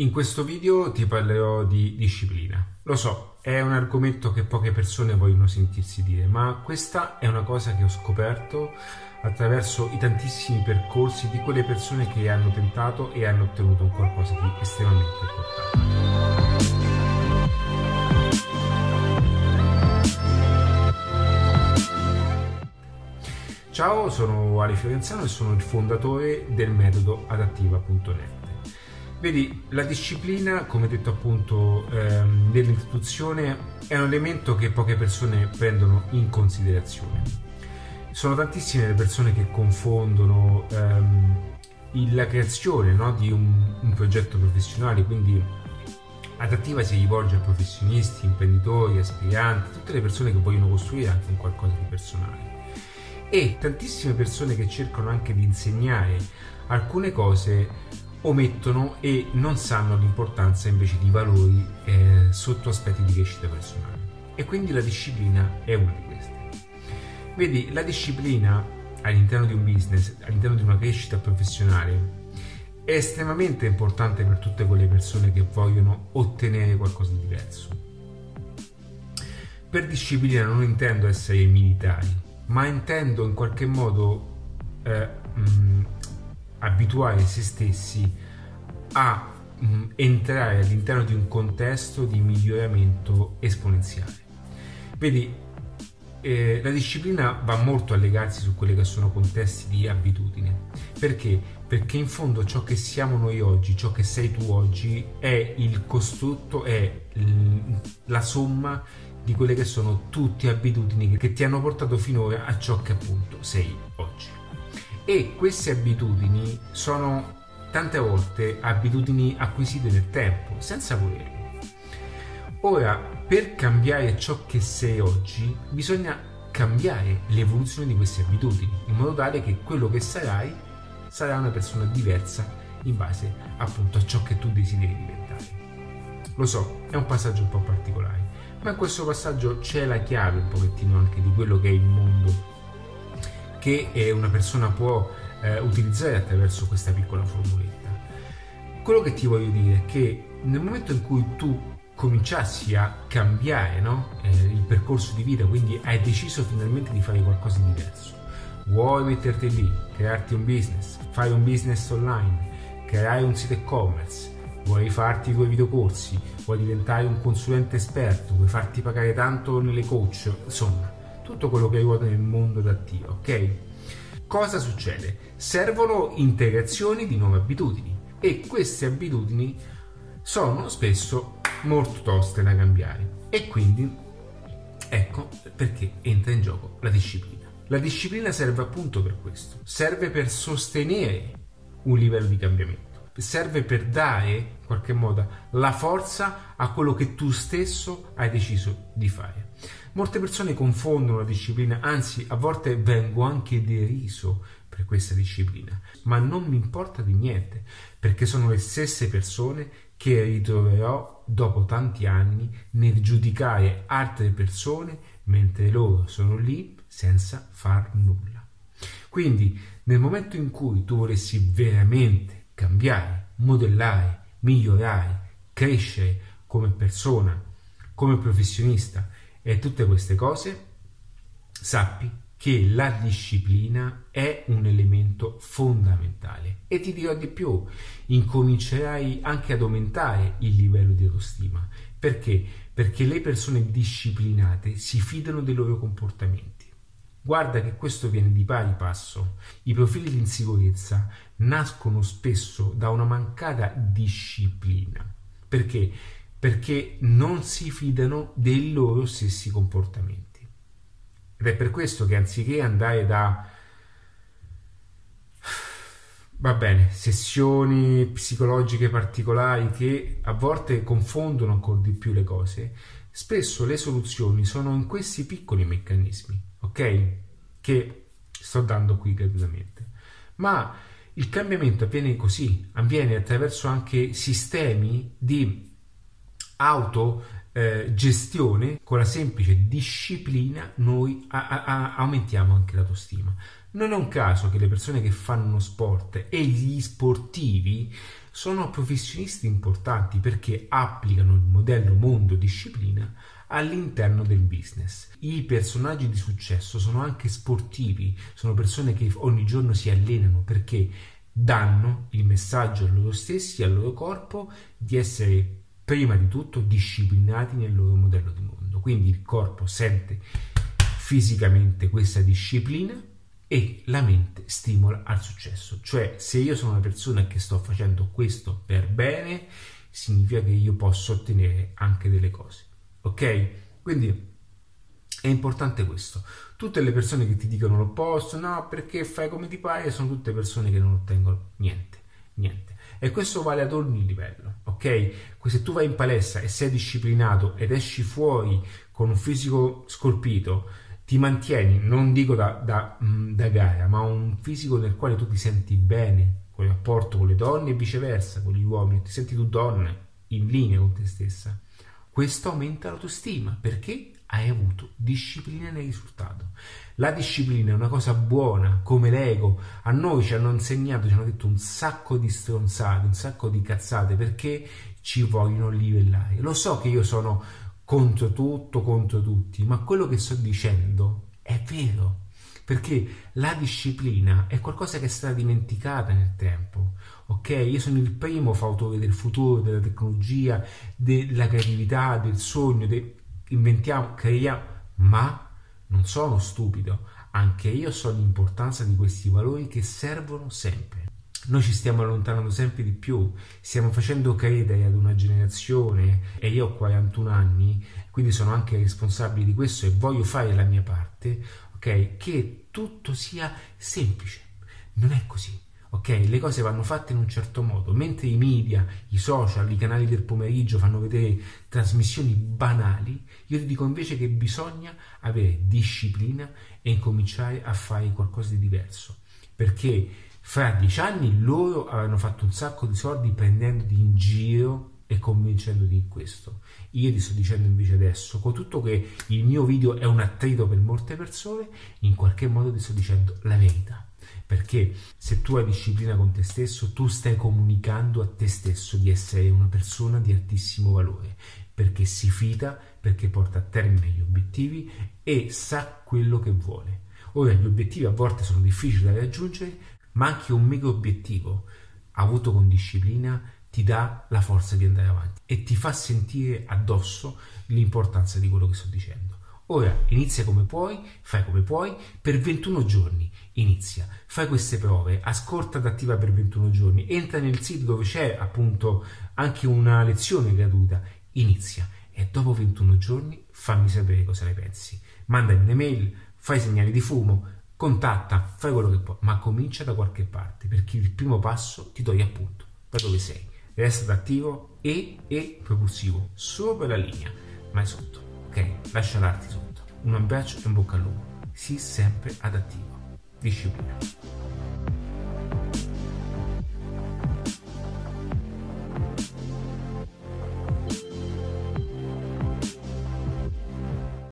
In questo video ti parlerò di disciplina. Lo so, è un argomento che poche persone vogliono sentirsi dire, ma questa è una cosa che ho scoperto attraverso i tantissimi percorsi di quelle persone che hanno tentato e hanno ottenuto un qualcosa di estremamente importante. Ciao, sono Ali Fiorenzano e sono il fondatore del metodo adattiva.net. Vedi, la disciplina, come detto appunto nell'introduzione, è un elemento che poche persone prendono in considerazione. Sono tantissime le persone che confondono la creazione, no, di un progetto professionale, quindi Adattiva si rivolge a professionisti, imprenditori, aspiranti, tutte le persone che vogliono costruire anche un qualcosa di personale. E tantissime persone che cercano anche di insegnare alcune cose omettono e non sanno l'importanza invece di valori sotto aspetti di crescita personale. E quindi la disciplina è una di queste. Vedi, la disciplina all'interno di un business, all'interno di una crescita professionale, è estremamente importante per tutte quelle persone che vogliono ottenere qualcosa di diverso. Per disciplina non intendo essere militari, ma intendo in qualche modo abituare se stessi a entrare all'interno di un contesto di miglioramento esponenziale. Vedi, la disciplina va molto a legarsi su quelli che sono contesti di abitudine. Perché? Perché in fondo ciò che siamo noi oggi, ciò che sei tu oggi, è il costrutto, è la somma di quelle che sono tutte abitudini che ti hanno portato finora a ciò che appunto sei oggi. E queste abitudini sono tante volte abitudini acquisite nel tempo, senza volerlo. Ora, per cambiare ciò che sei oggi, bisogna cambiare l'evoluzione di queste abitudini, in modo tale che quello che sarai sarà una persona diversa in base appunto a ciò che tu desideri diventare. Lo so, è un passaggio un po' particolare, ma in questo passaggio c'è la chiave un pochettino anche di quello che è il mondo che una persona può utilizzare attraverso questa piccola formuletta. Quello che ti voglio dire è che nel momento in cui tu cominciassi a cambiare, no? Il percorso di vita, quindi hai deciso finalmente di fare qualcosa di diverso, vuoi metterti lì, crearti un business, fare un business online, creare un sito e-commerce, vuoi farti i tuoi videocorsi, vuoi diventare un consulente esperto, vuoi farti pagare tanto nelle coach, insomma tutto quello che ruota nel mondo adattivo, ok? Cosa succede? Servono integrazioni di nuove abitudini e queste abitudini sono spesso molto toste da cambiare e quindi ecco perché entra in gioco la disciplina. La disciplina serve appunto per questo, serve per sostenere un livello di cambiamento, serve per dare in qualche modo la forza a quello che tu stesso hai deciso di fare. Molte persone confondono la disciplina, anzi a volte vengo anche deriso per questa disciplina, ma non mi importa di niente, perché sono le stesse persone che ritroverò dopo tanti anni nel giudicare altre persone mentre loro sono lì senza far nulla. Quindi nel momento in cui tu volessi veramente cambiare, modellare, migliorare, crescere come persona, come professionista e tutte queste cose, sappi che la disciplina è un elemento fondamentale e ti dirò di più, incomincerai anche ad aumentare il livello di autostima. Perché? Perché le persone disciplinate si fidano dei loro comportamenti. Guarda che questo viene di pari passo. I profili di insicurezza nascono spesso da una mancata disciplina. Perché? Perché non si fidano dei loro stessi comportamenti. Ed è per questo che anziché andare da sessioni psicologiche particolari che a volte confondono ancora di più le cose, spesso le soluzioni sono in questi piccoli meccanismi, ok? Che sto dando qui gratuitamente. Ma il cambiamento avviene così, avviene attraverso anche sistemi di autogestione. Con la semplice disciplina noi aumentiamo anche l'autostima. Non è un caso che le persone che fanno sport e gli sportivi sono professionisti importanti perché applicano il modello mondo-disciplina all'interno del business. I personaggi di successo sono anche sportivi, sono persone che ogni giorno si allenano perché danno il messaggio a loro stessi, al loro corpo, di essere prima di tutto disciplinati nel loro modello di mondo. Quindi il corpo sente fisicamente questa disciplina e la mente stimola al successo. Cioè, se io sono una persona che sto facendo questo per bene, significa che io posso ottenere anche delle cose. Ok? Quindi è importante questo. Tutte le persone che ti dicono l'opposto, no, perché fai come ti pare, sono tutte persone che non ottengono niente. E questo vale ad ogni livello, ok? Se tu vai in palestra e sei disciplinato ed esci fuori con un fisico scolpito, ti mantieni, non dico da gara, ma un fisico nel quale tu ti senti bene con il rapporto con le donne e viceversa, con gli uomini, ti senti tu donna in linea con te stessa. Questo aumenta l'autostima perché hai avuto disciplina nel risultato. La disciplina è una cosa buona, come l'ego. A noi ci hanno insegnato, ci hanno detto un sacco di stronzate, un sacco di cazzate perché ci vogliono livellare. Lo so che io sono contro tutto, contro tutti, ma quello che sto dicendo è vero. Perché la disciplina è qualcosa che è stata dimenticata nel tempo, ok? Io sono il primo fautore del futuro, della tecnologia, della creatività, del sogno, inventiamo, creiamo, ma non sono stupido, anche io so l'importanza di questi valori che servono sempre. Noi ci stiamo allontanando sempre di più, stiamo facendo credere ad una generazione, e io ho 41 anni, quindi sono anche responsabile di questo e voglio fare la mia parte, ok? Che tutto sia semplice. Non è così, ok? Le cose vanno fatte in un certo modo, mentre i media, i social, i canali del pomeriggio fanno vedere trasmissioni banali, io ti dico invece che bisogna avere disciplina e incominciare a fare qualcosa di diverso, perché fra 10 anni loro avranno fatto un sacco di soldi prendendoti in giro e convincendoti in questo. Io ti sto dicendo invece adesso, con tutto che il mio video è un attrito per molte persone, in qualche modo ti sto dicendo la verità. Perché se tu hai disciplina con te stesso, tu stai comunicando a te stesso di essere una persona di altissimo valore, perché si fida, perché porta a termine gli obiettivi e sa quello che vuole. Ora, gli obiettivi a volte sono difficili da raggiungere, ma anche un mega obiettivo avuto con disciplina ti dà la forza di andare avanti e ti fa sentire addosso l'importanza di quello che sto dicendo. Ora inizia come puoi, fai come puoi, per 21 giorni inizia, fai queste prove, ascolta Adattiva per 21 giorni, entra nel sito dove c'è appunto anche una lezione gratuita, inizia e dopo 21 giorni fammi sapere cosa ne pensi. Mandami un'email, fai segnali di fumo, contatta, fai quello che puoi, ma comincia da qualche parte perché il primo passo ti toglie appunto da dove sei. Resta attivo e propulsivo, sopra la linea, mai sotto. Ok, lascia darti sotto. Un abbraccio e un bocca al lupo. Sii sempre adattivo. Disciplina.